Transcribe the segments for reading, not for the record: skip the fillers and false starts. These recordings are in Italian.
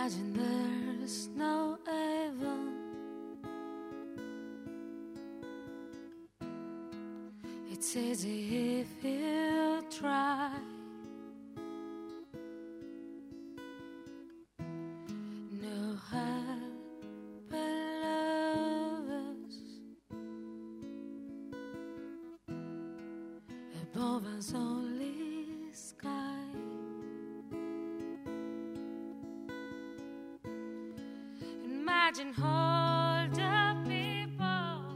Imagine there's no heaven. It's easy if you try. No help below us, above us only sky. Imagine all the people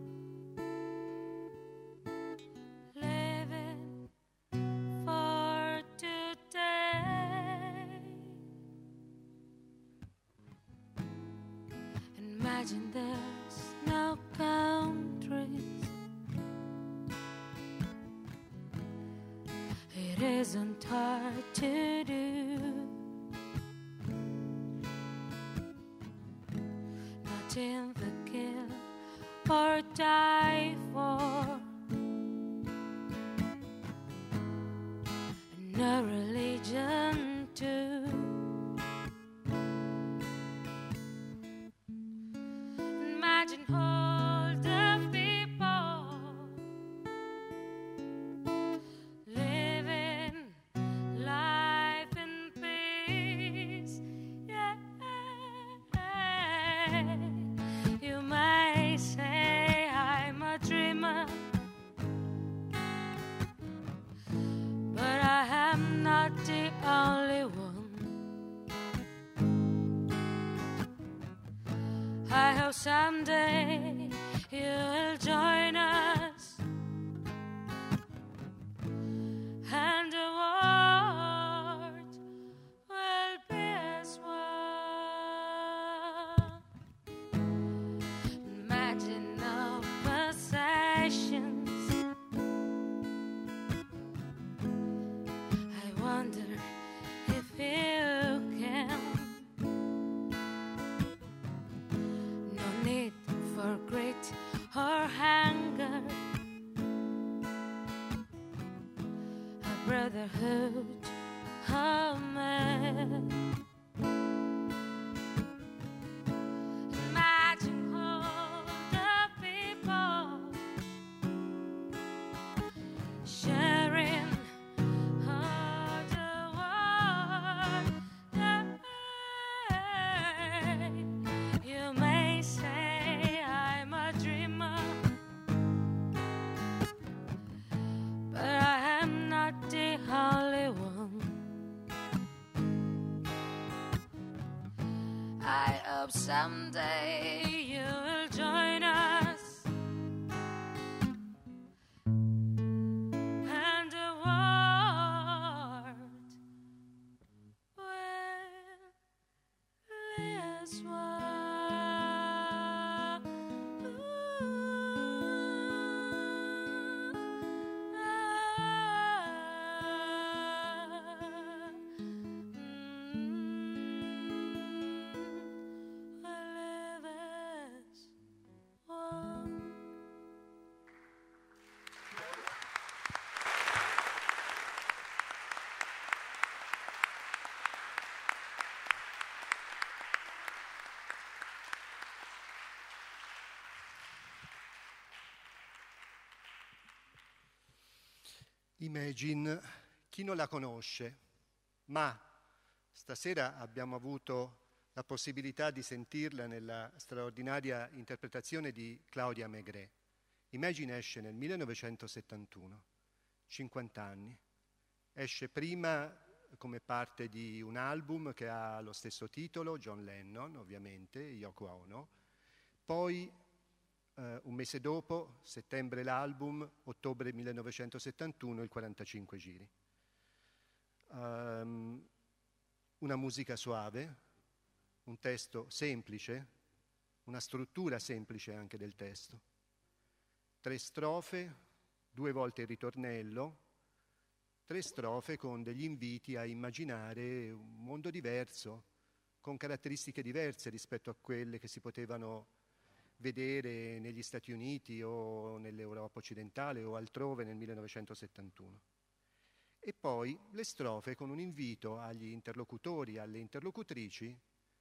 living for today. Imagine there's no countries. It isn't hard to do. Nothing to kill or die for. No religion too. Imagine all the people living life in peace. Yeah. You may say I'm a dreamer, but I am not the only one. I hope someday you'll join us, and the world will be as one. Imagine no possessions. I wonder if you can. No need for greed or anger. A brotherhood of men. Imagine all the people sharing all the world. You may say I'm a dreamer, but I am not the only one. I hope someday you'll join us, and the world will be as one. Will live as one. Imagine, chi non la conosce, ma stasera abbiamo avuto la possibilità di sentirla nella straordinaria interpretazione di Claudia Maigret. Imagine esce nel 1971, 50 anni. Esce prima come parte di un album che ha lo stesso titolo, John Lennon ovviamente, Yoko Ono, poi un mese dopo, settembre l'album, ottobre 1971, il 45 giri. Una musica suave, un testo semplice, una struttura semplice anche del testo. 3 strofe, 2 volte il ritornello, 3 strofe con degli inviti a immaginare un mondo diverso, con caratteristiche diverse rispetto a quelle che si potevano vedere negli Stati Uniti o nell'Europa occidentale o altrove nel 1971. E poi le strofe con un invito agli interlocutori, alle interlocutrici,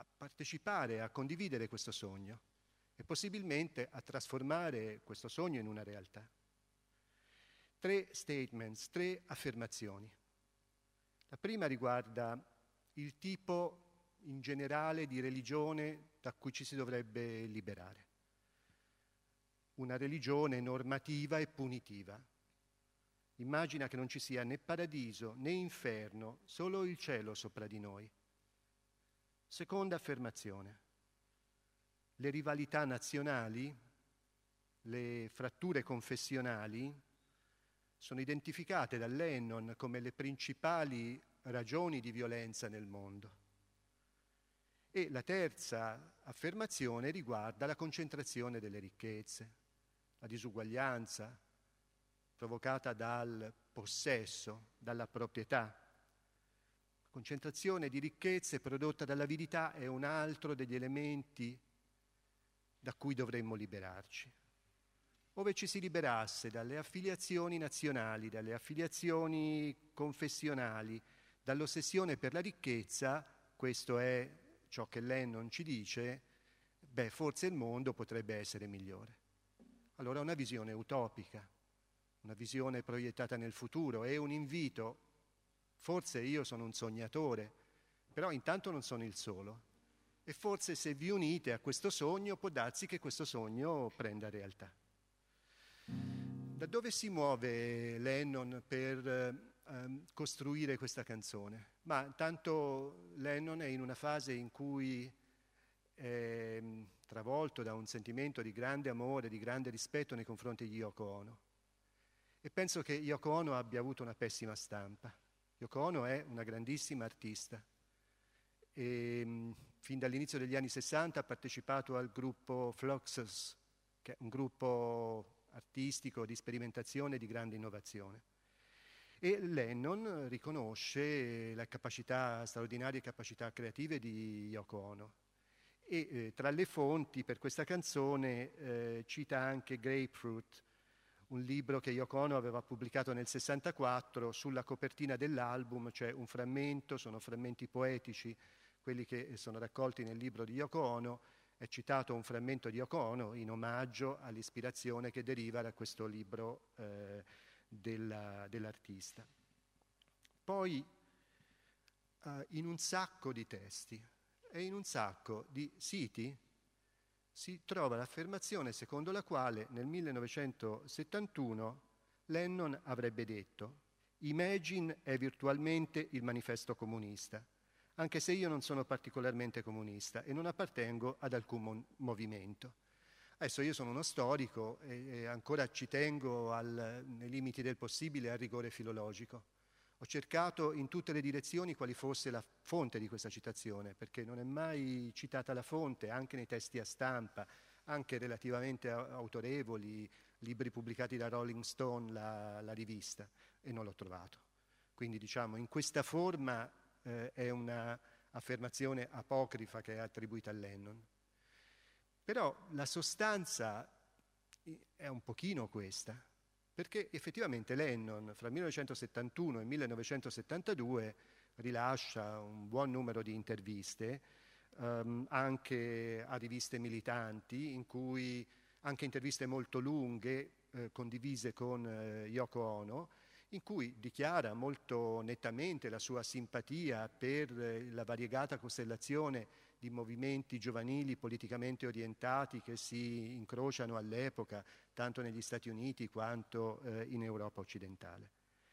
a partecipare, a condividere questo sogno e possibilmente a trasformare questo sogno in una realtà. 3 statements, 3 affermazioni. La prima riguarda il tipo in generale di religione da cui ci si dovrebbe liberare. Una religione normativa e punitiva. Immagina che non ci sia né paradiso né inferno, solo il cielo sopra di noi. Seconda affermazione. Le rivalità nazionali, le fratture confessionali sono identificate da Lennon come le principali ragioni di violenza nel mondo. E la terza affermazione riguarda la concentrazione delle ricchezze, la disuguaglianza provocata dal possesso, dalla proprietà. La concentrazione di ricchezze prodotta dall'avidità è un altro degli elementi da cui dovremmo liberarci. Ove ci si liberasse dalle affiliazioni nazionali, dalle affiliazioni confessionali, dall'ossessione per la ricchezza, questo è ciò che Lennon ci dice, forse il mondo potrebbe essere migliore. Allora una visione utopica, una visione proiettata nel futuro, è un invito. Forse io sono un sognatore, però intanto non sono il solo. E forse se vi unite a questo sogno può darsi che questo sogno prenda realtà. Da dove si muove Lennon per costruire questa canzone? Ma tanto Lennon è in una fase in cui è travolto da un sentimento di grande amore, di grande rispetto nei confronti di Yoko Ono. E penso che Yoko Ono abbia avuto una pessima stampa. Yoko Ono è una grandissima artista. E fin dall'inizio degli anni 60 ha partecipato al gruppo Fluxus, che è un gruppo artistico di sperimentazione e di grande innovazione. E Lennon riconosce la capacità, straordinarie capacità creative di Yoko Ono. E tra le fonti per questa canzone cita anche Grapefruit, un libro che Yoko Ono aveva pubblicato nel 64. Sulla copertina dell'album c'è un frammento, sono frammenti poetici, quelli che sono raccolti nel libro di Yoko Ono. È citato un frammento di Yoko Ono in omaggio all'ispirazione che deriva da questo libro dell'artista. Poi in un sacco di testi e in un sacco di siti si trova l'affermazione secondo la quale nel 1971 Lennon avrebbe detto: Imagine è virtualmente il manifesto comunista, anche se io non sono particolarmente comunista e non appartengo ad alcun movimento. Adesso io sono uno storico e ancora ci tengo nei limiti del possibile al rigore filologico. Ho cercato in tutte le direzioni quali fosse la fonte di questa citazione, perché non è mai citata la fonte, anche nei testi a stampa, anche relativamente autorevoli, libri pubblicati da Rolling Stone, la rivista, e non l'ho trovato. Quindi diciamo in questa forma è una affermazione apocrifa che è attribuita a Lennon. Però la sostanza è un pochino questa, perché effettivamente Lennon fra 1971 e 1972 rilascia un buon numero di interviste, anche a riviste militanti, in cui anche interviste molto lunghe, condivise con Yoko Ono, in cui dichiara molto nettamente la sua simpatia per la variegata costellazione di movimenti giovanili politicamente orientati che si incrociano all'epoca, tanto negli Stati Uniti quanto in Europa occidentale.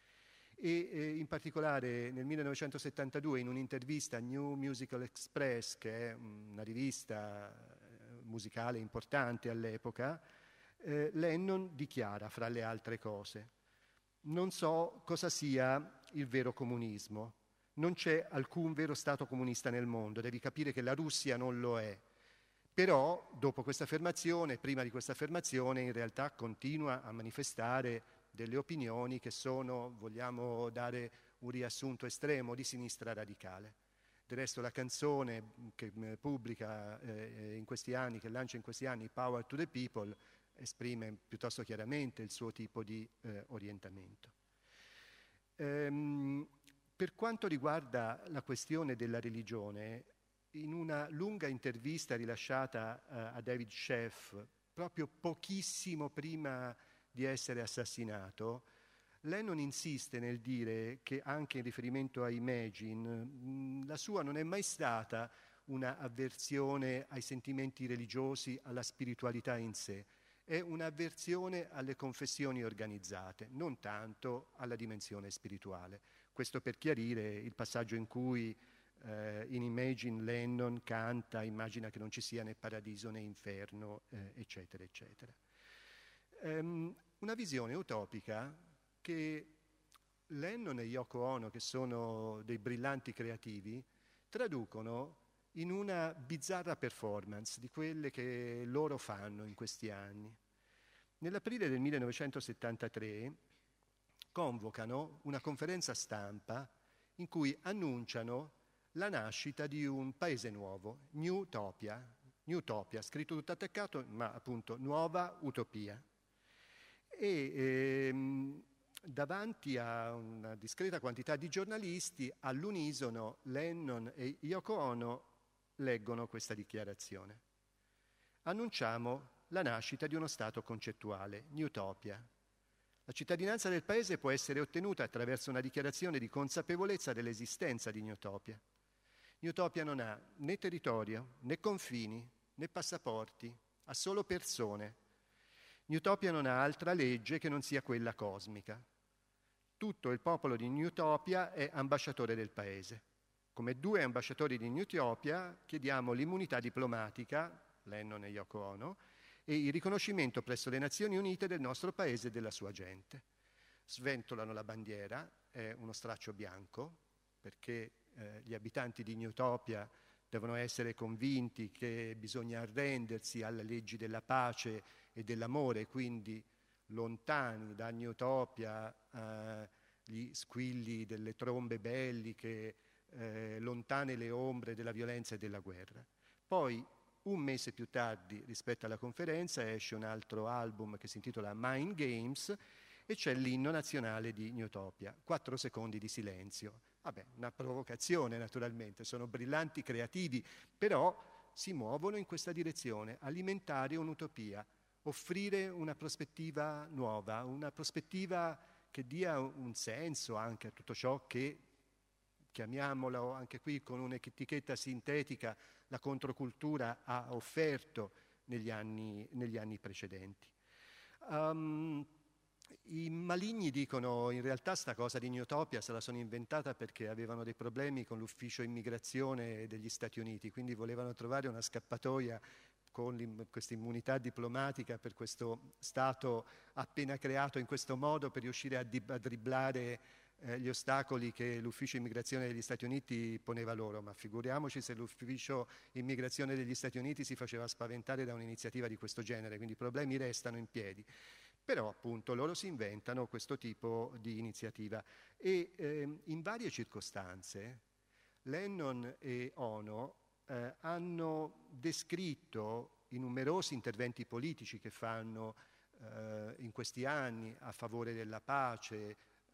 E in particolare nel 1972 in un'intervista a New Musical Express, che è una rivista musicale importante all'epoca, Lennon dichiara, fra le altre cose: non so cosa sia il vero comunismo. Non c'è alcun vero Stato comunista nel mondo, devi capire che la Russia non lo è. Però, dopo questa affermazione, prima di questa affermazione, in realtà continua a manifestare delle opinioni che sono, vogliamo dare un riassunto estremo, di sinistra radicale. Del resto la canzone che pubblica in questi anni, che lancia in questi anni, Power to the People, esprime piuttosto chiaramente il suo tipo di orientamento. Per quanto riguarda la questione della religione, in una lunga intervista rilasciata a David Sheff, proprio pochissimo prima di essere assassinato, Lennon insiste nel dire che anche in riferimento a Imagine, la sua non è mai stata una avversione ai sentimenti religiosi, alla spiritualità in sé, è un'avversione alle confessioni organizzate, non tanto alla dimensione spirituale. Questo per chiarire il passaggio in cui in Imagine Lennon canta, immagina che non ci sia né paradiso né inferno, eccetera, eccetera. Una visione utopica che Lennon e Yoko Ono, che sono dei brillanti creativi, traducono in una bizzarra performance di quelle che loro fanno in questi anni. Nell'aprile del 1973 convocano una conferenza stampa in cui annunciano la nascita di un paese nuovo, Newtopia, scritto tutto attaccato, ma appunto nuova utopia. E davanti a una discreta quantità di giornalisti, all'unisono Lennon e Yoko Ono leggono questa dichiarazione. Annunciamo la nascita di uno Stato concettuale, Newtopia. La cittadinanza del paese può essere ottenuta attraverso una dichiarazione di consapevolezza dell'esistenza di Newtopia. Newtopia non ha né territorio, né confini, né passaporti, ha solo persone. Newtopia non ha altra legge che non sia quella cosmica. Tutto il popolo di Newtopia è ambasciatore del paese. Come 2 ambasciatori di Newtopia chiediamo l'immunità diplomatica, Lennon e Yoko Ono, e il riconoscimento presso le Nazioni Unite del nostro paese e della sua gente. Sventolano la bandiera, è uno straccio bianco, perché gli abitanti di Newtopia devono essere convinti che bisogna arrendersi alle leggi della pace e dell'amore, quindi lontani da Newtopia gli squilli delle trombe belliche, lontane le ombre della violenza e della guerra. Poi, un mese più tardi rispetto alla conferenza, esce un altro album che si intitola Mind Games e c'è l'inno nazionale di Newtopia, 4 secondi di silenzio. Vabbè, una provocazione naturalmente, sono brillanti creativi, però si muovono in questa direzione, alimentare un'utopia, offrire una prospettiva nuova, una prospettiva che dia un senso anche a tutto ciò che, chiamiamolo anche qui con un'etichetta sintetica, la controcultura ha offerto negli anni precedenti. I maligni dicono in realtà sta cosa di Newtopia se la sono inventata perché avevano dei problemi con l'ufficio immigrazione degli Stati Uniti, quindi volevano trovare una scappatoia con questa immunità diplomatica per questo Stato appena creato in questo modo per riuscire a dribblare gli ostacoli che l'ufficio immigrazione degli Stati Uniti poneva loro, ma figuriamoci se l'ufficio immigrazione degli Stati Uniti si faceva spaventare da un'iniziativa di questo genere, quindi i problemi restano in piedi. Però appunto loro si inventano questo tipo di iniziativa e in varie circostanze Lennon e Ono hanno descritto in numerosi interventi politici che fanno in questi anni a favore della pace,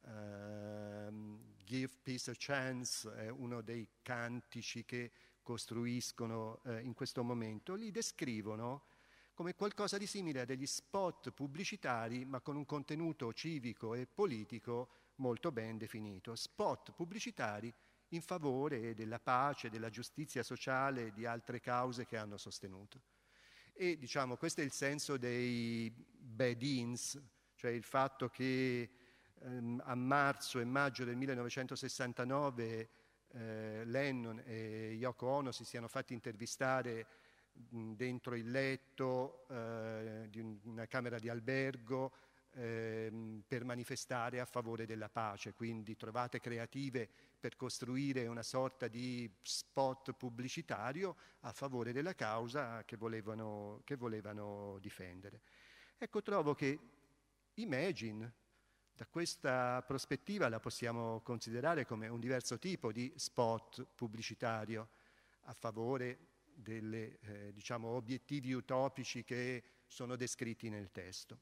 Give Peace a Chance è uno dei cantici che costruiscono in questo momento, li descrivono come qualcosa di simile a degli spot pubblicitari ma con un contenuto civico e politico molto ben definito. Spot pubblicitari in favore della pace, della giustizia sociale e di altre cause che hanno sostenuto. E diciamo questo è il senso dei bad-ins, cioè il fatto che a marzo e maggio del 1969 Lennon e Yoko Ono si siano fatti intervistare dentro il letto di una camera di albergo per manifestare a favore della pace, quindi trovate creative per costruire una sorta di spot pubblicitario a favore della causa che volevano difendere. Ecco, trovo che Imagine, da questa prospettiva, la possiamo considerare come un diverso tipo di spot pubblicitario a favore dei obiettivi utopici che sono descritti nel testo.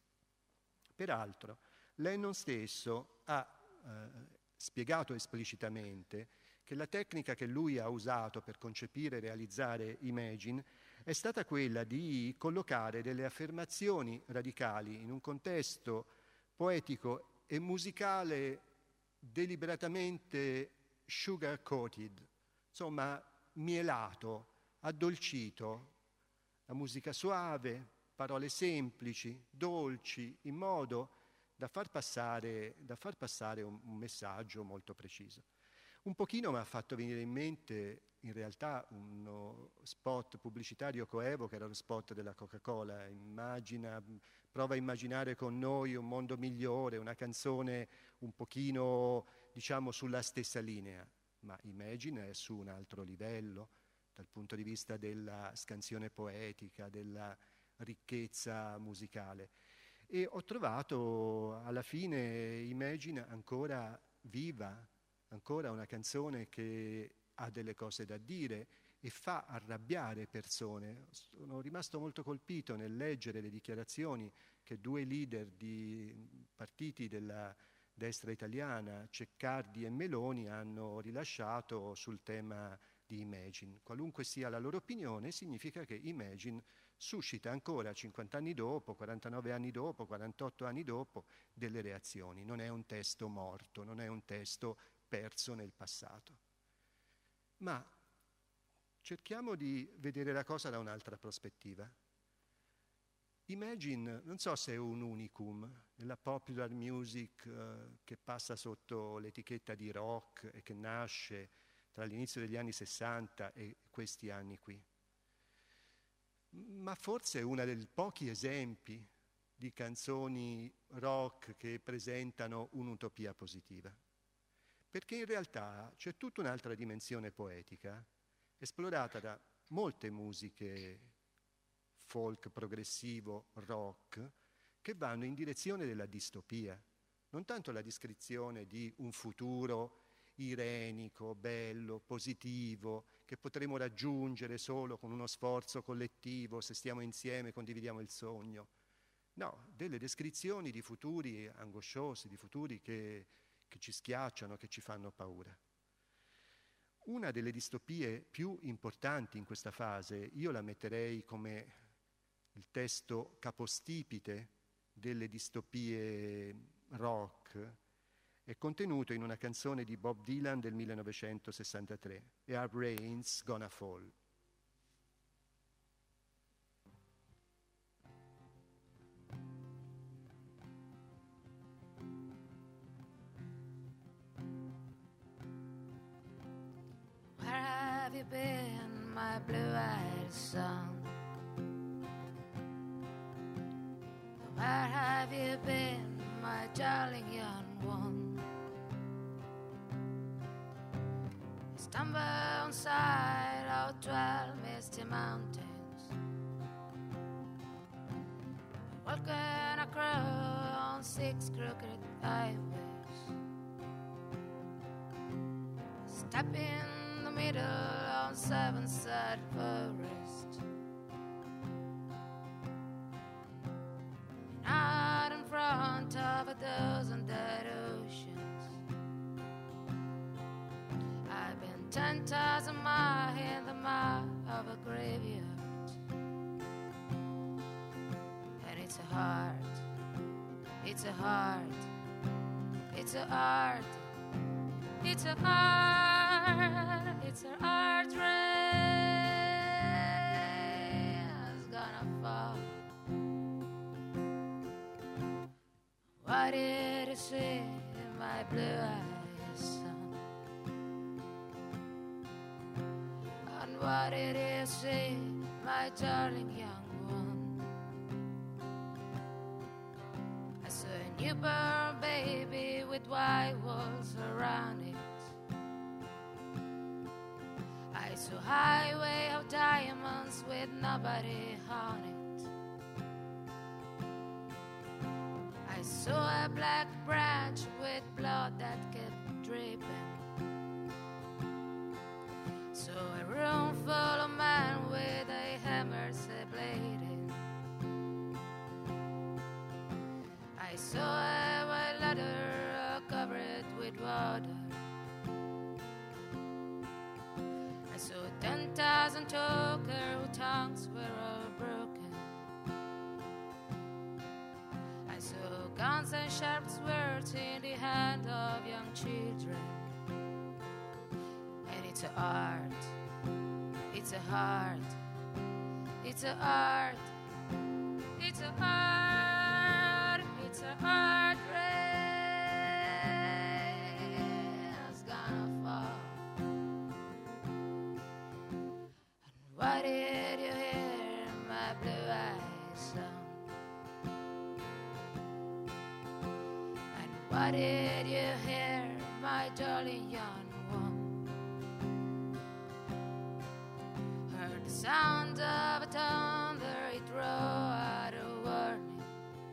Peraltro, Lennon stesso ha spiegato esplicitamente che la tecnica che lui ha usato per concepire e realizzare Imagine è stata quella di collocare delle affermazioni radicali in un contesto poetico e musicale deliberatamente sugar-coated, insomma mielato, addolcito, la musica suave, parole semplici, dolci, in modo da far passare un messaggio molto preciso. Un pochino mi ha fatto venire in mente in realtà uno spot pubblicitario coevo, che era lo spot della Coca-Cola. Prova a immaginare con noi un mondo migliore, una canzone un pochino, diciamo, sulla stessa linea, ma Imagine è su un altro livello dal punto di vista della scansione poetica, della ricchezza musicale. E ho trovato alla fine Imagine ancora viva, ancora una canzone che ha delle cose da dire e fa arrabbiare persone. Sono rimasto molto colpito nel leggere le dichiarazioni che due leader di partiti della destra italiana, Ceccardi e Meloni, hanno rilasciato sul tema di Imagine. Qualunque sia la loro opinione, significa che Imagine suscita ancora 50 anni dopo, 49 anni dopo, 48 anni dopo, delle reazioni. Non è un testo morto, non è un testo perso nel passato. Ma cerchiamo di vedere la cosa da un'altra prospettiva. Imagine, non so se è un unicum nella popular music che passa sotto l'etichetta di rock e che nasce tra l'inizio degli anni 60 e questi anni qui. Ma forse è uno dei pochi esempi di canzoni rock che presentano un'utopia positiva. Perché in realtà c'è tutta un'altra dimensione poetica, esplorata da molte musiche folk, progressivo, rock, che vanno in direzione della distopia. Non tanto la descrizione di un futuro irenico, bello, positivo, che potremo raggiungere solo con uno sforzo collettivo, se stiamo insieme condividiamo il sogno. No, delle descrizioni di futuri angosciosi, di futuri che ci schiacciano, che ci fanno paura. Una delle distopie più importanti in questa fase, io la metterei come il testo capostipite delle distopie rock, è contenuto in una canzone di Bob Dylan del 1963, E Are Rains Gonna Fall? Where have you been, my blue-eyed son? Where have you been, my darling young one? You stumble on side of 12 misty mountains, walking across on 6 crooked highways, step in the middle on 7 sad forest, out in front of a dozen dead oceans. I've been 10,000 miles in the mouth of a graveyard, and it's a heart, it's a heart, it's a heart, it's a heart, it's a heart rain's gonna fall. What did you say, my blue-eyed son? And what did you say, my darling young one? I saw a newborn baby with white walls around it. I saw a highway of diamonds with nobody on it. I saw a black branch with blood that kept dripping. Saw a room full of men with a hammer blading. I saw a white ladder covered with water. fortune toker whose tongues were all broken. I saw guns and sharp swords in the hand of young children. And it's a art, it's a heart, it's a art, it's a art, it's a art rain's gonna fall. And what did you hear, my blue eyes son? And what did you hear, my darling young one? Heard the sound of a thunder, it roared a warning.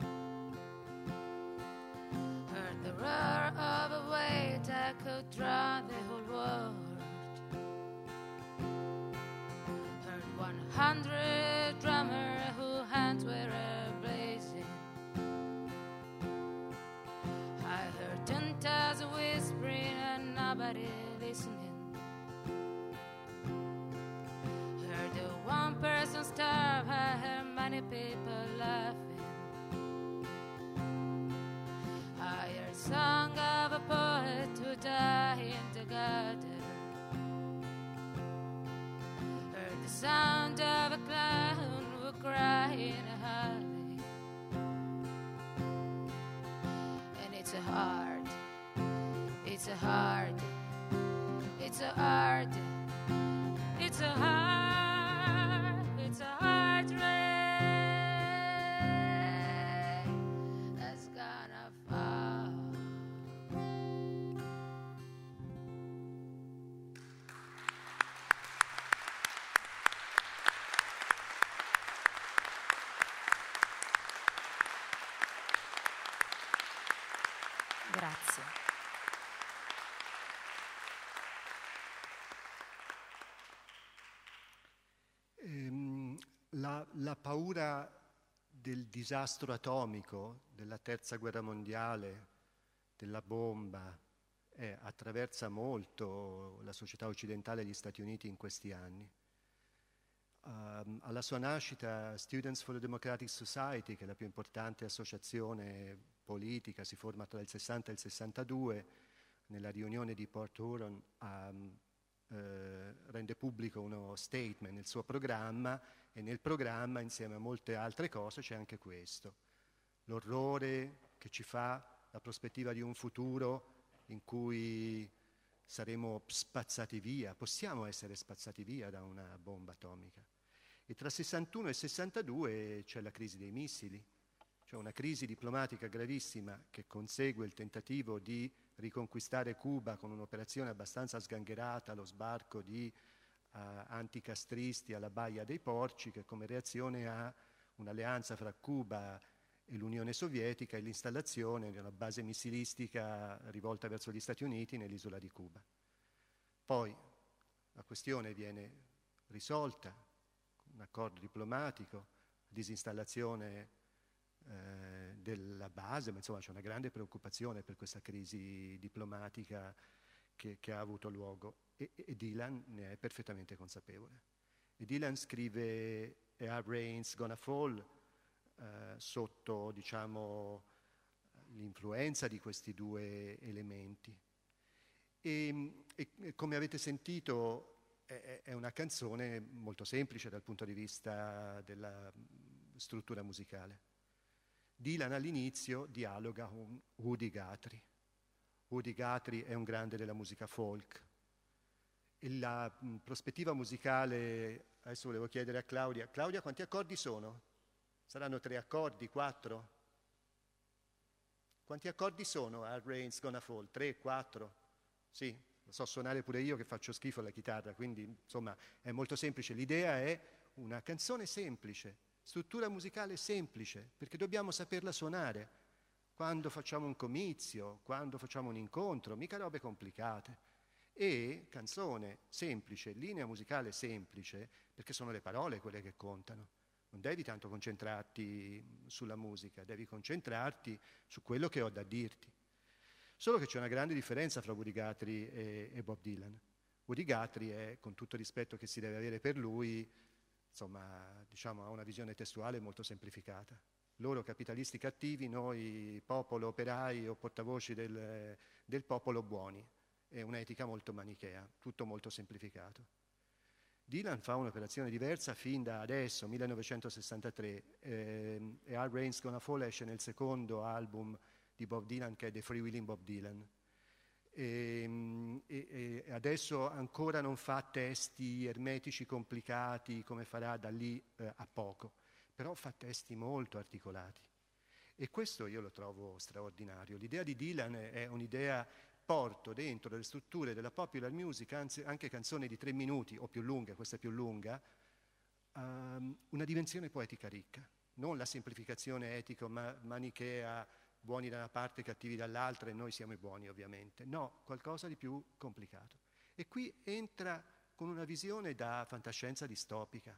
Heard the roar of a weight that could drown the whole world. Heard 100 drummers whose hands were blazing. I heard 10,000 whispering and nobody listening. Heard the one person starve, I heard many people laughing. I heard song of a poet who died in the garden. Heard the sound of a clown who cried in a alley. And it's a heart, it's a heart, it's a heart, it's a heart, it's a heart rain that's gonna fall. Grazie. La paura del disastro atomico, della terza guerra mondiale, della bomba, attraversa molto la società occidentale e gli Stati Uniti in questi anni. Alla sua nascita Students for the Democratic Society, che è la più importante associazione politica, si forma tra il 60 e il 62, nella riunione di Port Huron rende pubblico uno statement nel suo programma, e nel programma, insieme a molte altre cose, c'è anche questo: l'orrore che ci fa la prospettiva di un futuro in cui saremo spazzati via, possiamo essere spazzati via da una bomba atomica. E tra 61 e 62 c'è la crisi dei missili, cioè una crisi diplomatica gravissima che consegue il tentativo di riconquistare Cuba con un'operazione abbastanza sgangherata, lo sbarco di anticastristi alla Baia dei Porci, che come reazione ha un'alleanza fra Cuba e l'Unione Sovietica e l'installazione di una base missilistica rivolta verso gli Stati Uniti nell'isola di Cuba. Poi la questione viene risolta, un accordo diplomatico, disinstallazione della base, ma insomma c'è una grande preoccupazione per questa crisi diplomatica che ha avuto luogo, e Dylan ne è perfettamente consapevole. E Dylan scrive A Hard Rain's Gonna Fall sotto, diciamo, l'influenza di questi due elementi. E come avete sentito è una canzone molto semplice dal punto di vista della struttura musicale. Dylan all'inizio dialoga con Woody Guthrie. Woody Guthrie è un grande della musica folk. E la prospettiva musicale, adesso volevo chiedere a Claudia. Claudia, quanti accordi sono? Saranno 3 accordi, 4? Quanti accordi sono a Rain's Gonna Fall? 3, 4? Sì, lo so suonare pure io che faccio schifo alla chitarra, quindi insomma è molto semplice. L'idea è una canzone semplice, struttura musicale semplice, perché dobbiamo saperla suonare. Quando facciamo un comizio, quando facciamo un incontro, mica robe complicate. E canzone semplice, linea musicale semplice, perché sono le parole quelle che contano. Non devi tanto concentrarti sulla musica, devi concentrarti su quello che ho da dirti. Solo che c'è una grande differenza fra Woody Guthrie e Bob Dylan. Woody Guthrie con tutto il rispetto che si deve avere per lui, insomma, diciamo, ha una visione testuale molto semplificata. Loro capitalisti cattivi, noi popolo operai o portavoci del popolo buoni. È un'etica molto manichea, tutto molto semplificato. Dylan fa un'operazione diversa fin da adesso, 1963, e Hard Rain's Gonna Fall esce nel secondo album di Bob Dylan, che è The Freewheeling Bob Dylan. E adesso ancora non fa testi ermetici complicati come farà da lì a poco, però fa testi molto articolati. E questo io lo trovo straordinario. L'idea di Dylan è un'idea, porto dentro le strutture della popular music, anzi anche canzoni di 3 minuti o più lunghe, questa è più lunga, una dimensione poetica ricca, non la semplificazione etico-manichea, buoni da una parte, cattivi dall'altra e noi siamo i buoni ovviamente. No, qualcosa di più complicato. E qui entra con una visione da fantascienza distopica.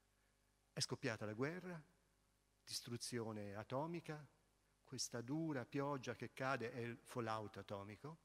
È scoppiata la guerra, distruzione atomica, questa dura pioggia che cade è il fallout atomico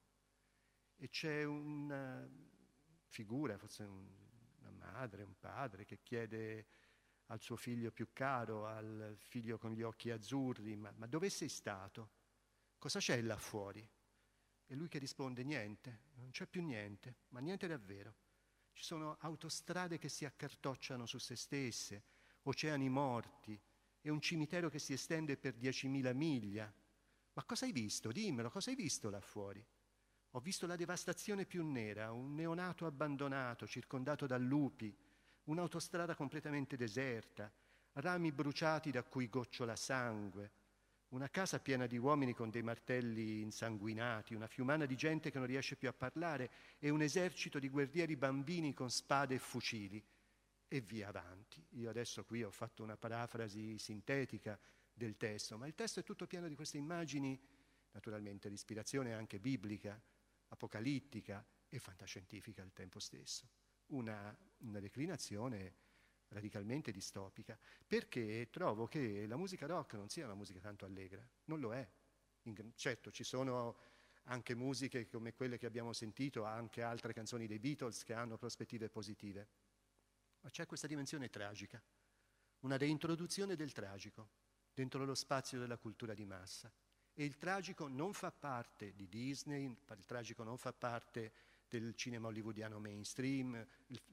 e c'è una figura, forse una madre, un padre che chiede al suo figlio più caro, al figlio con gli occhi azzurri, ma dove sei stato? Cosa c'è là fuori? E lui che risponde: niente, non c'è più niente, ma niente davvero. Ci sono autostrade che si accartocciano su se stesse, oceani morti e un cimitero che si estende per 10.000 miglia. Ma cosa hai visto? Dimmelo, cosa hai visto là fuori? Ho visto la devastazione più nera, un neonato abbandonato, circondato da lupi, un'autostrada completamente deserta, rami bruciati da cui gocciola sangue, una casa piena di uomini con dei martelli insanguinati, una fiumana di gente che non riesce più a parlare e un esercito di guerrieri bambini con spade e fucili. E via avanti. Io adesso qui ho fatto una parafrasi sintetica del testo, ma il testo è tutto pieno di queste immagini, naturalmente di ispirazione anche biblica, apocalittica e fantascientifica al tempo stesso. Una declinazione radicalmente distopica, perché trovo che la musica rock non sia una musica tanto allegra, non lo è. Certo, ci sono anche musiche come quelle che abbiamo sentito, anche altre canzoni dei Beatles che hanno prospettive positive, ma c'è questa dimensione tragica, una reintroduzione del tragico dentro lo spazio della cultura di massa. E il tragico non fa parte di Disney, il tragico non fa parte del cinema hollywoodiano mainstream,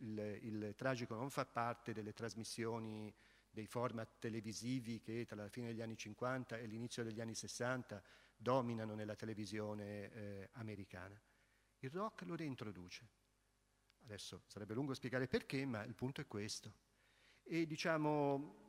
il tragico non fa parte delle trasmissioni, dei format televisivi che tra la fine degli anni 50 e l'inizio degli anni 60 dominano nella televisione americana. Il rock lo reintroduce. Adesso sarebbe lungo spiegare perché, ma il punto è questo. E diciamo,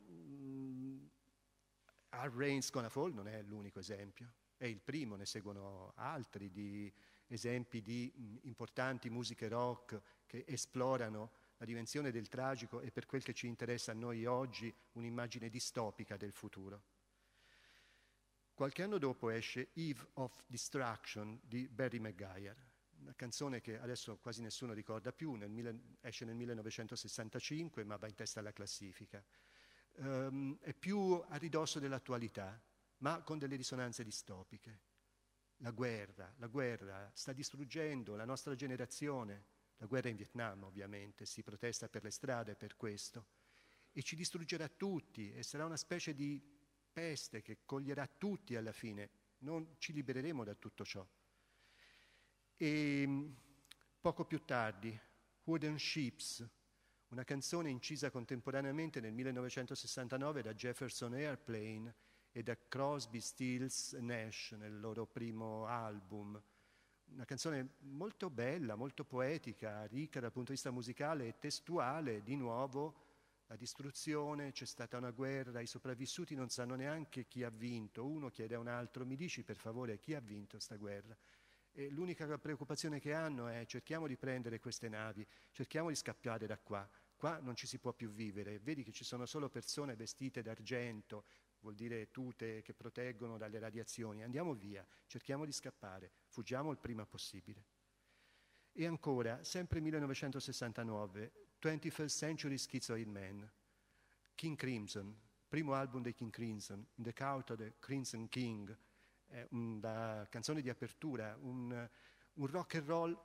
Hard Rain's Gonna Fall non è l'unico esempio, è il primo, ne seguono altri di esempi di importanti musiche rock che esplorano la dimensione del tragico e, per quel che ci interessa a noi oggi, un'immagine distopica del futuro. Qualche anno dopo esce Eve of Destruction di Barry McGuire, una canzone che adesso quasi nessuno ricorda più, esce nel 1965 ma va in testa alla classifica. È più a ridosso dell'attualità, ma con delle risonanze distopiche. La guerra sta distruggendo la nostra generazione, la guerra in Vietnam ovviamente, si protesta per le strade per questo, e ci distruggerà tutti e sarà una specie di peste che coglierà tutti alla fine, non ci libereremo da tutto ciò. E poco più tardi, Wooden Ships, una canzone incisa contemporaneamente nel 1969 da Jefferson Airplane e da Crosby, Stills Nash nel loro primo album. Una canzone molto bella, molto poetica, ricca dal punto di vista musicale e testuale. Di nuovo la distruzione, c'è stata una guerra, i sopravvissuti non sanno neanche chi ha vinto. Uno chiede a un altro: mi dici per favore chi ha vinto questa guerra? E l'unica preoccupazione che hanno è: cerchiamo di prendere queste navi, cerchiamo di scappare da qua. Qua non ci si può più vivere, vedi che ci sono solo persone vestite d'argento, vuol dire tute che proteggono dalle radiazioni, andiamo via, cerchiamo di scappare, fuggiamo il prima possibile. E ancora, sempre 1969, 21st Century Schizoid Man, King Crimson, primo album dei King Crimson, In the Court of the Crimson King, la canzone di apertura, un rock and roll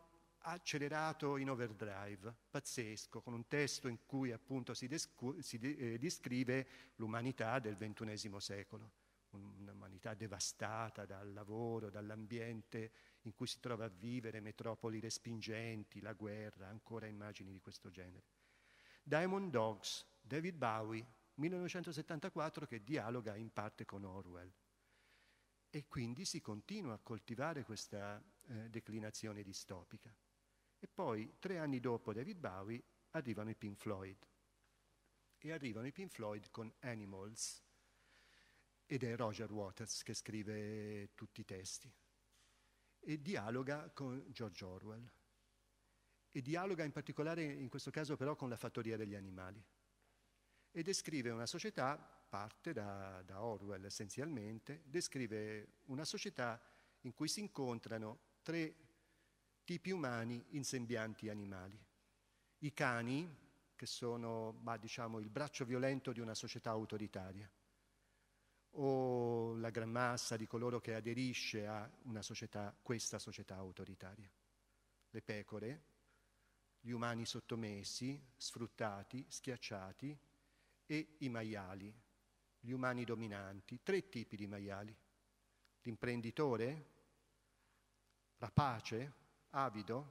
accelerato in overdrive, pazzesco, con un testo in cui appunto si descrive l'umanità del XXI secolo, un'umanità devastata dal lavoro, dall'ambiente in cui si trova a vivere, metropoli respingenti, la guerra, ancora immagini di questo genere. Diamond Dogs, David Bowie, 1974, che dialoga in parte con Orwell. E quindi si continua a coltivare questa declinazione distopica. E poi, 3 anni dopo David Bowie, arrivano i Pink Floyd. E arrivano i Pink Floyd con Animals, ed è Roger Waters che scrive tutti i testi. E dialoga con George Orwell. E dialoga in particolare, in questo caso però, con la fattoria degli animali. E descrive una società, parte da Orwell essenzialmente, descrive una società in cui si incontrano 3 tipi umani in sembianti animali. I cani, che sono, diciamo, il braccio violento di una società autoritaria, o la gran massa di coloro che aderisce a una società, questa società autoritaria. Le pecore, gli umani sottomessi, sfruttati, schiacciati, e i maiali, gli umani dominanti. 3 tipi di maiali: l'imprenditore, rapace, avido,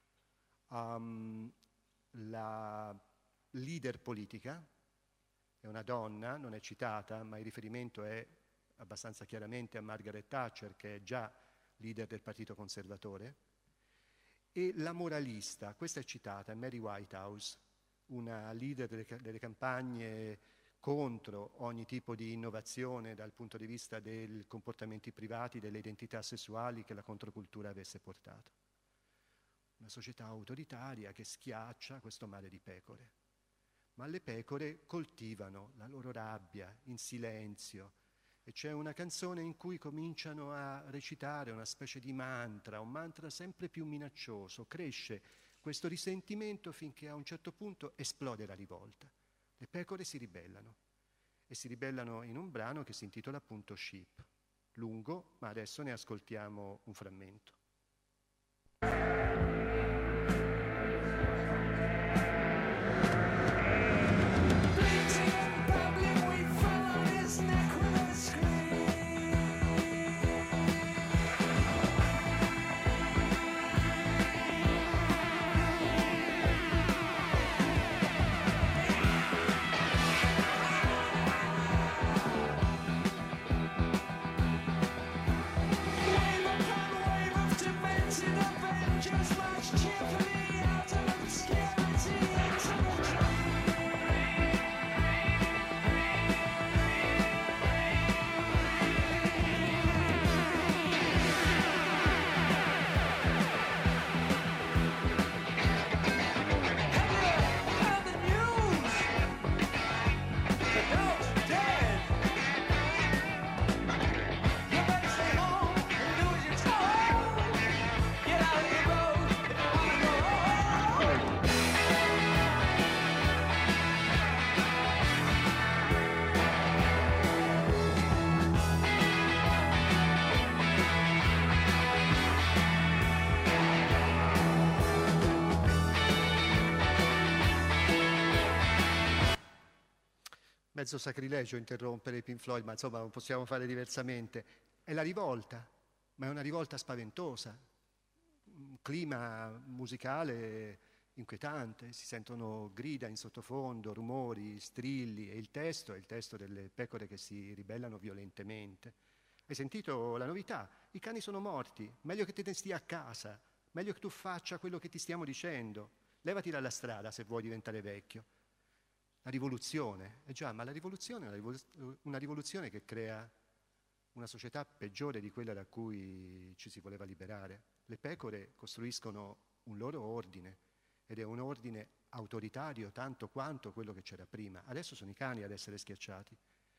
la leader politica, è una donna, non è citata, ma il riferimento è abbastanza chiaramente a Margaret Thatcher, che è già leader del Partito Conservatore, e la moralista, questa è citata, è Mary Whitehouse, una leader delle campagne contro ogni tipo di innovazione dal punto di vista dei comportamenti privati, delle identità sessuali che la controcultura avesse portato. Una società autoritaria che schiaccia questo mare di pecore. Ma le pecore coltivano la loro rabbia in silenzio, e c'è una canzone in cui cominciano a recitare una specie di mantra, un mantra sempre più minaccioso. Cresce questo risentimento finché a un certo punto esplode la rivolta. Le pecore si ribellano, e si ribellano in un brano che si intitola appunto Sheep. Lungo, ma adesso ne ascoltiamo un frammento. Mezzo sacrilegio interrompere i Pink Floyd, ma insomma non possiamo fare diversamente. È la rivolta, ma è una rivolta spaventosa, un clima musicale inquietante, si sentono grida in sottofondo, rumori, strilli, e il testo è il testo delle pecore che si ribellano violentemente. Hai sentito la novità? I cani sono morti, meglio che te ne stia a casa, meglio che tu faccia quello che ti stiamo dicendo, levati dalla strada se vuoi diventare vecchio. La rivoluzione, già, ma la rivoluzione è una rivoluzione che crea una società peggiore di quella da cui ci si voleva liberare. Le pecore costruiscono un loro ordine, ed è un ordine autoritario tanto quanto quello che c'era prima. Adesso sono i cani ad essere schiacciati.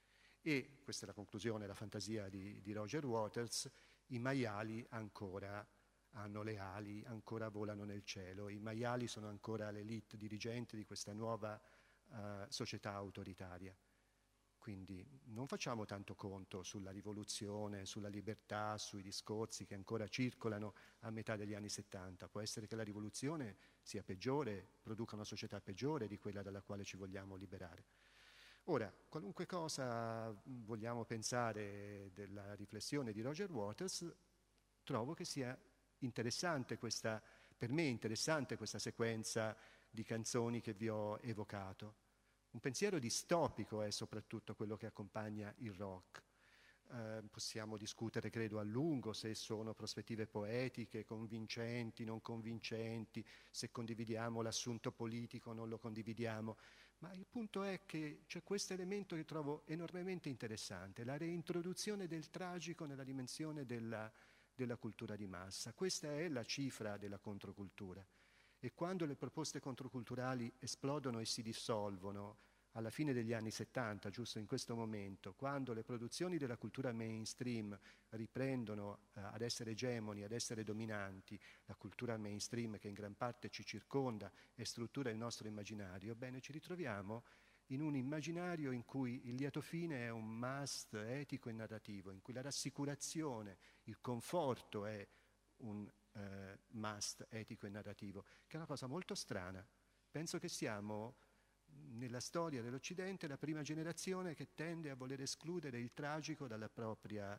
E, questa è la conclusione, la fantasia di Roger Waters, i maiali ancora hanno le ali, ancora volano nel cielo, i maiali sono ancora l'elite dirigente di questa nuova società autoritaria. Quindi non facciamo tanto conto sulla rivoluzione, sulla libertà, sui discorsi che ancora circolano a metà degli anni 70. Può essere che la rivoluzione sia peggiore, produca una società peggiore di quella dalla quale ci vogliamo liberare. Ora, qualunque cosa vogliamo pensare della riflessione di Roger Waters, trovo che sia interessante per me è interessante questa sequenza di canzoni che vi ho evocato. Un pensiero distopico è soprattutto quello che accompagna il rock. Possiamo discutere, credo, a lungo se sono prospettive poetiche, convincenti, non convincenti, se condividiamo l'assunto politico o non lo condividiamo, ma il punto è che c'è questo elemento che trovo enormemente interessante, la reintroduzione del tragico nella dimensione della cultura di massa. Questa è la cifra della controcultura. E quando le proposte controculturali esplodono e si dissolvono alla fine degli anni 70, giusto in questo momento, quando le produzioni della cultura mainstream riprendono ad essere egemoni, ad essere dominanti, la cultura mainstream che in gran parte ci circonda e struttura il nostro immaginario, bene, ci ritroviamo in un immaginario in cui il lieto fine è un must etico e narrativo, in cui la rassicurazione, il conforto è un must etico e narrativo, che è una cosa molto strana. Penso che siamo nella storia dell'Occidente la prima generazione che tende a voler escludere il tragico dal proprio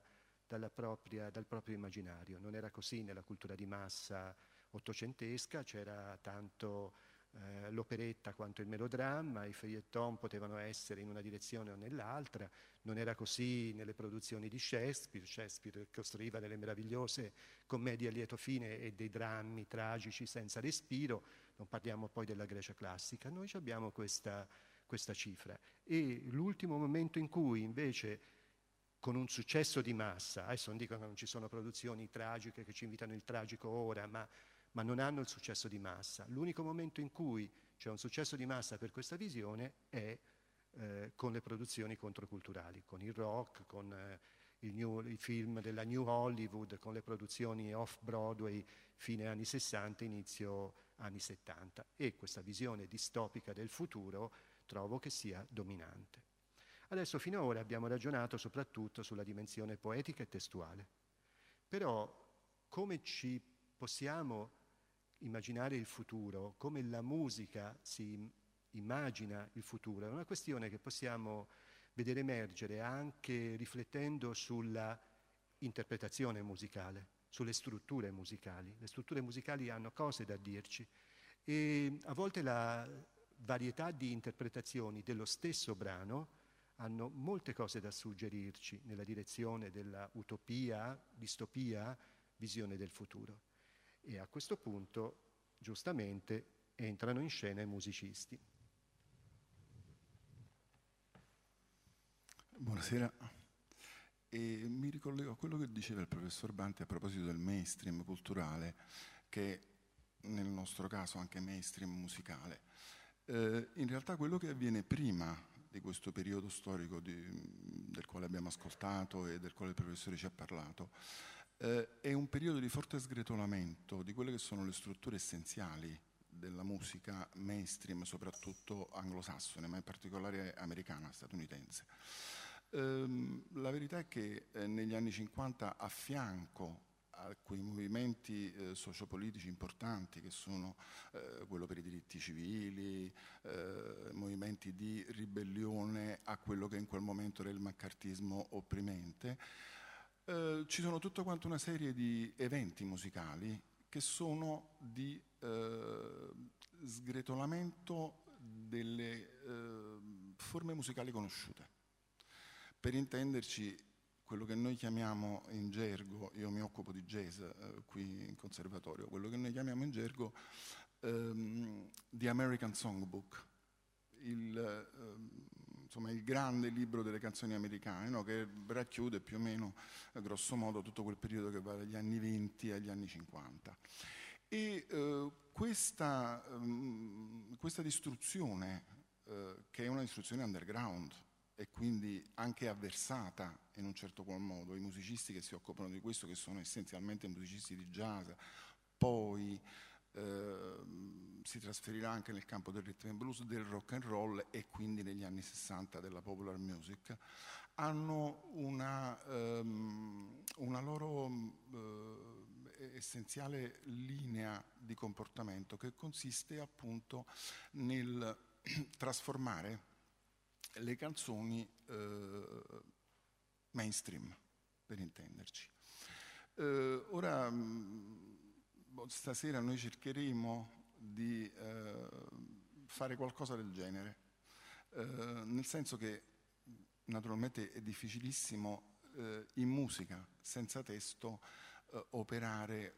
immaginario. Non era così nella cultura di massa ottocentesca, c'era tanto l'operetta quanto il melodramma, i feuilleton potevano essere in una direzione o nell'altra, non era così nelle produzioni di Shakespeare costruiva delle meravigliose commedie a lieto fine e dei drammi tragici senza respiro, non parliamo poi della Grecia classica, noi abbiamo questa cifra. E l'ultimo momento in cui invece con un successo di massa, adesso non dico che non ci sono produzioni tragiche che ci invitano il tragico ora, ma non hanno il successo di massa. L'unico momento in cui c'è un successo di massa per questa visione è con le produzioni controculturali, con il rock, con i film della New Hollywood, con le produzioni off-Broadway fine anni 60, inizio anni 70. E questa visione distopica del futuro trovo che sia dominante. Adesso finora abbiamo ragionato soprattutto sulla dimensione poetica e testuale. Però come ci possiamo immaginare il futuro, come la musica si immagina il futuro, è una questione che possiamo vedere emergere anche riflettendo sulla interpretazione musicale, sulle strutture musicali. Le strutture musicali hanno cose da dirci e a volte la varietà di interpretazioni dello stesso brano hanno molte cose da suggerirci nella direzione della utopia, distopia, visione del futuro. E a questo punto, giustamente, entrano in scena i musicisti. Buonasera. E mi ricollego a quello che diceva il professor Banti a proposito del mainstream culturale, che nel nostro caso anche mainstream musicale. In realtà quello che avviene prima di questo periodo storico del quale abbiamo ascoltato e del quale il professore ci ha parlato, è un periodo di forte sgretolamento di quelle che sono le strutture essenziali della musica mainstream, soprattutto anglosassone, ma in particolare americana, statunitense. La verità è che negli anni 50, a fianco a quei movimenti sociopolitici importanti che sono quello per i diritti civili, movimenti di ribellione a quello che in quel momento era il maccartismo opprimente, ci sono tutta quanta una serie di eventi musicali che sono di sgretolamento delle forme musicali conosciute. Per intenderci, quello che noi chiamiamo in gergo, io mi occupo di jazz qui in conservatorio, quello che noi chiamiamo in gergo The American Songbook, insomma, il grande libro delle canzoni americane, no? Che racchiude più o meno, grosso modo, tutto quel periodo che va dagli anni 20 agli anni 50. E questa distruzione, che è una distruzione underground, e quindi anche avversata in un certo qual modo, i musicisti che si occupano di questo, che sono essenzialmente musicisti di jazz, poi si trasferirà anche nel campo del rhythm and blues, del rock and roll e quindi negli anni 60 della popular music, hanno una loro essenziale linea di comportamento che consiste appunto nel trasformare le canzoni mainstream, per intenderci. Ora, stasera noi cercheremo di fare qualcosa del genere, nel senso che naturalmente è difficilissimo in musica senza testo operare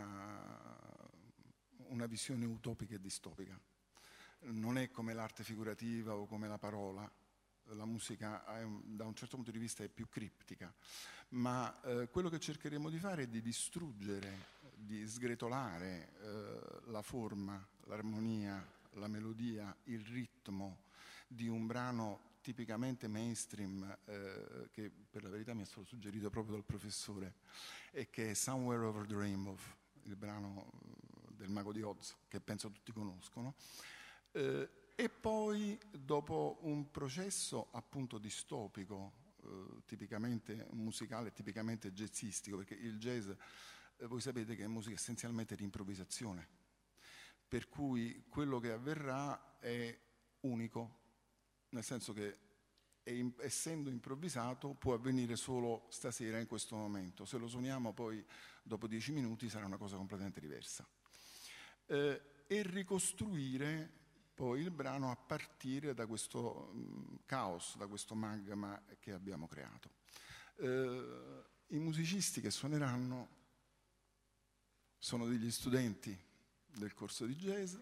una visione utopica e distopica. Non è come l'arte figurativa o come la parola. La musica da un certo punto di vista è più criptica, ma quello che cercheremo di fare è di distruggere, di sgretolare la forma, l'armonia, la melodia, il ritmo di un brano tipicamente mainstream che per la verità mi è stato suggerito proprio dal professore e che è Somewhere Over the Rainbow, il brano del Mago di Oz che penso tutti conoscono. E poi dopo un processo appunto distopico, tipicamente musicale, tipicamente jazzistico, perché il jazz voi sapete che è musica essenzialmente di improvvisazione, per cui quello che avverrà è unico, nel senso che essendo improvvisato può avvenire solo stasera in questo momento, se lo suoniamo poi dopo 10 minuti sarà una cosa completamente diversa. E ricostruire poi il brano a partire da questo caos, da questo magma che abbiamo creato. I musicisti che suoneranno sono degli studenti del corso di jazz.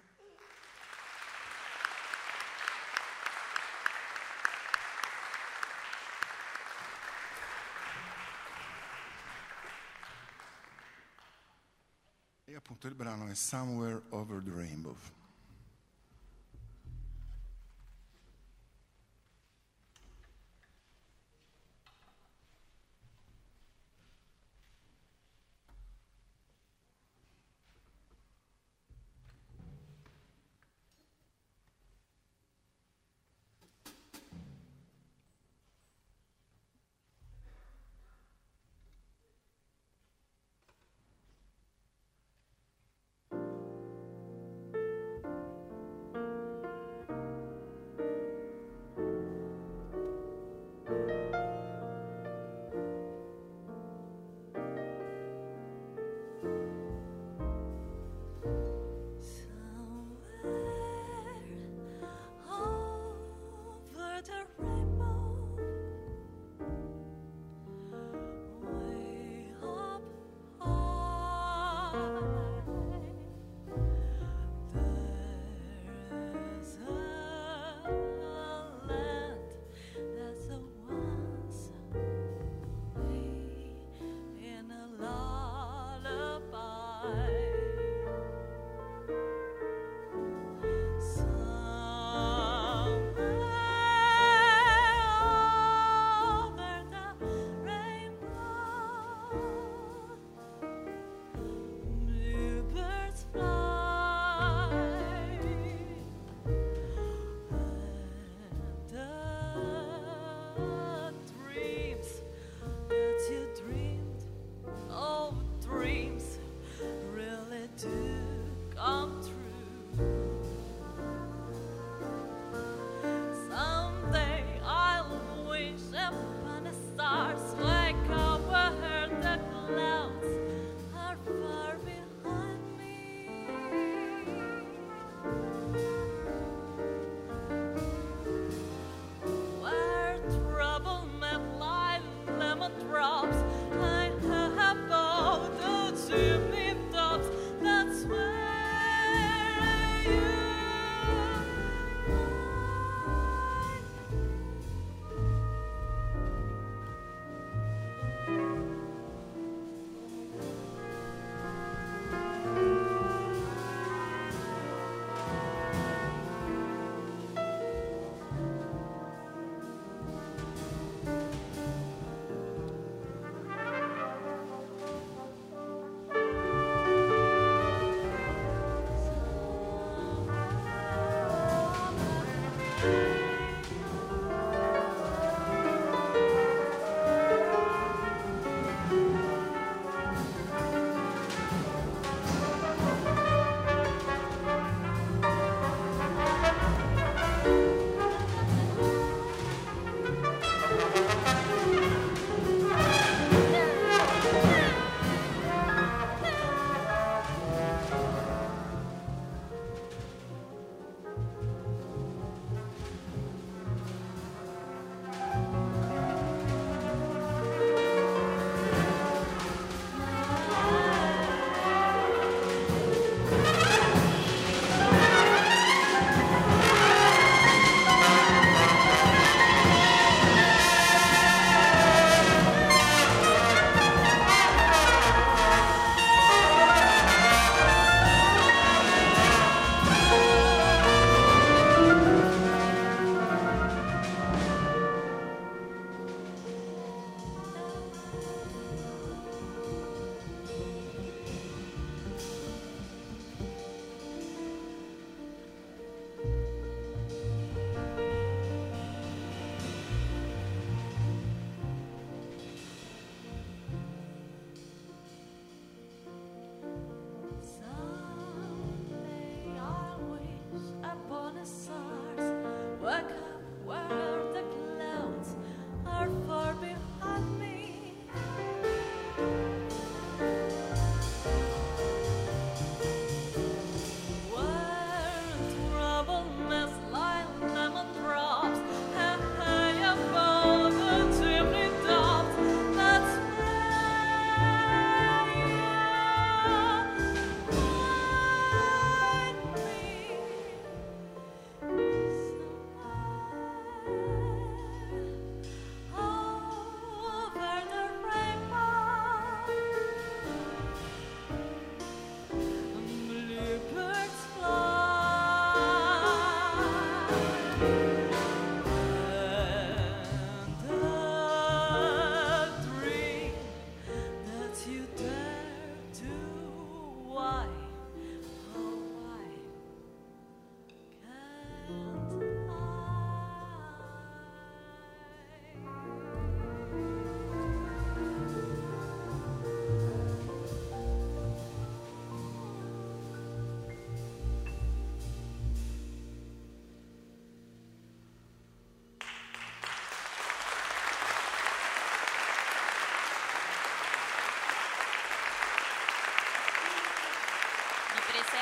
E appunto il brano è Somewhere Over the Rainbow.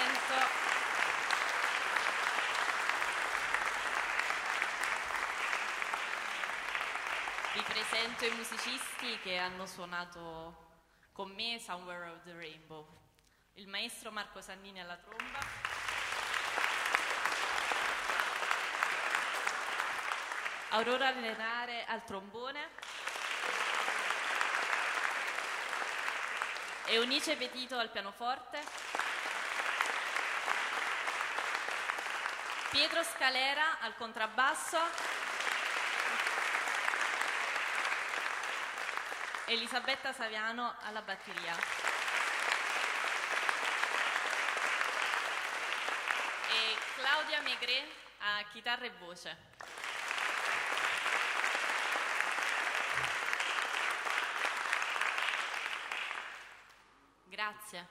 Vi presento i musicisti che hanno suonato con me Somewhere Over the Rainbow. Il maestro Marco Sannini alla tromba, Aurora Lenare al trombone, Eunice Petito al pianoforte, Pietro Scalera al contrabbasso, Elisabetta Saviano alla batteria. E Claudia Maigret a chitarra e voce. Grazie.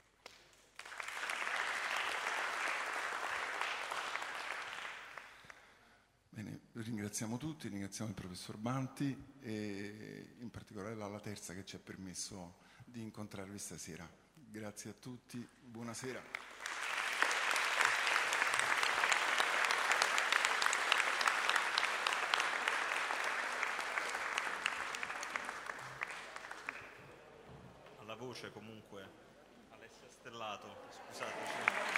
Bene, ringraziamo tutti, ringraziamo il professor Banti e in particolare la Terza che ci ha permesso di incontrarvi stasera. Grazie a tutti, buonasera. Voce comunque Alessia Stellato, scusate.